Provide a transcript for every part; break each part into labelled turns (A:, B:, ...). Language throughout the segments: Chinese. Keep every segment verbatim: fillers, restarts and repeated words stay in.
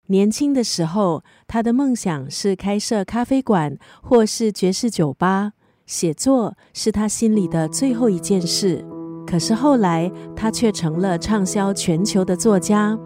A: 年轻的时候，他的梦想是开设咖啡馆或是爵士酒吧，写作是他心里的最后一件事。可是后来，他却成了畅销全球的作家。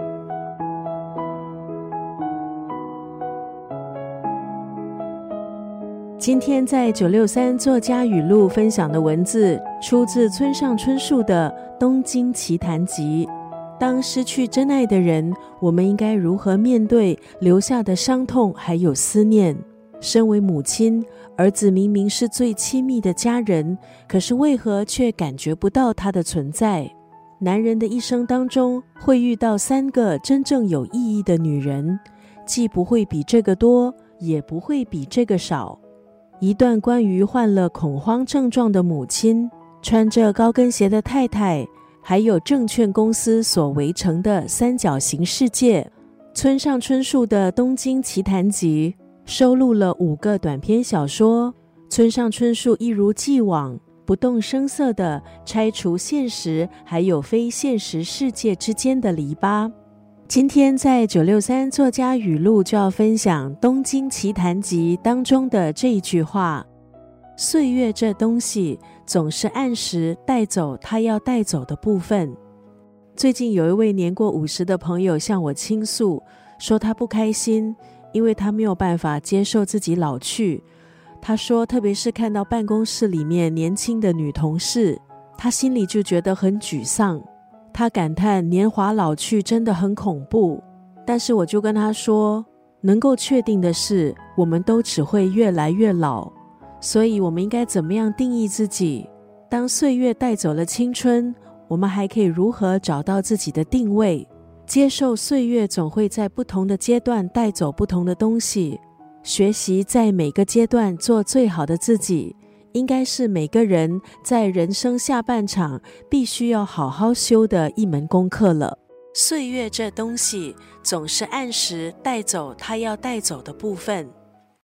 A: 今天在九六三作家语录分享的文字，出自村上春树的《东京奇谭集》。当失去真爱的人，我们应该如何面对留下的伤痛还有思念？身为母亲，儿子明明是最亲密的家人，可是为何却感觉不到他的存在？男人的一生当中会遇到三个真正有意义的女人，既不会比这个多，也不会比这个少。一段关于患了恐慌症状的母亲，穿着高跟鞋的太太，还有证券公司所围成的三角形世界。村上春树的《东京奇谭集》收录了五个短篇小说。村上春树一如既往，不动声色地拆除现实还有非现实世界之间的篱笆。今天在九六三作家语录就要分享《东京奇谭集》当中的这一句话：岁月这东西总是按时带走它要带走的部分。最近有一位年过五十的朋友向我倾诉，说他不开心，因为他没有办法接受自己老去。他说特别是看到办公室里面年轻的女同事，他心里就觉得很沮丧。他感叹年华老去真的很恐怖，但是我就跟他说，能够确定的是，我们都只会越来越老，所以我们应该怎么样定义自己？当岁月带走了青春，我们还可以如何找到自己的定位？接受岁月总会在不同的阶段带走不同的东西，学习在每个阶段做最好的自己，应该是每个人在人生下半场必须要好好修的一门功课了。岁月这东西总是按时带走它要带走的部分。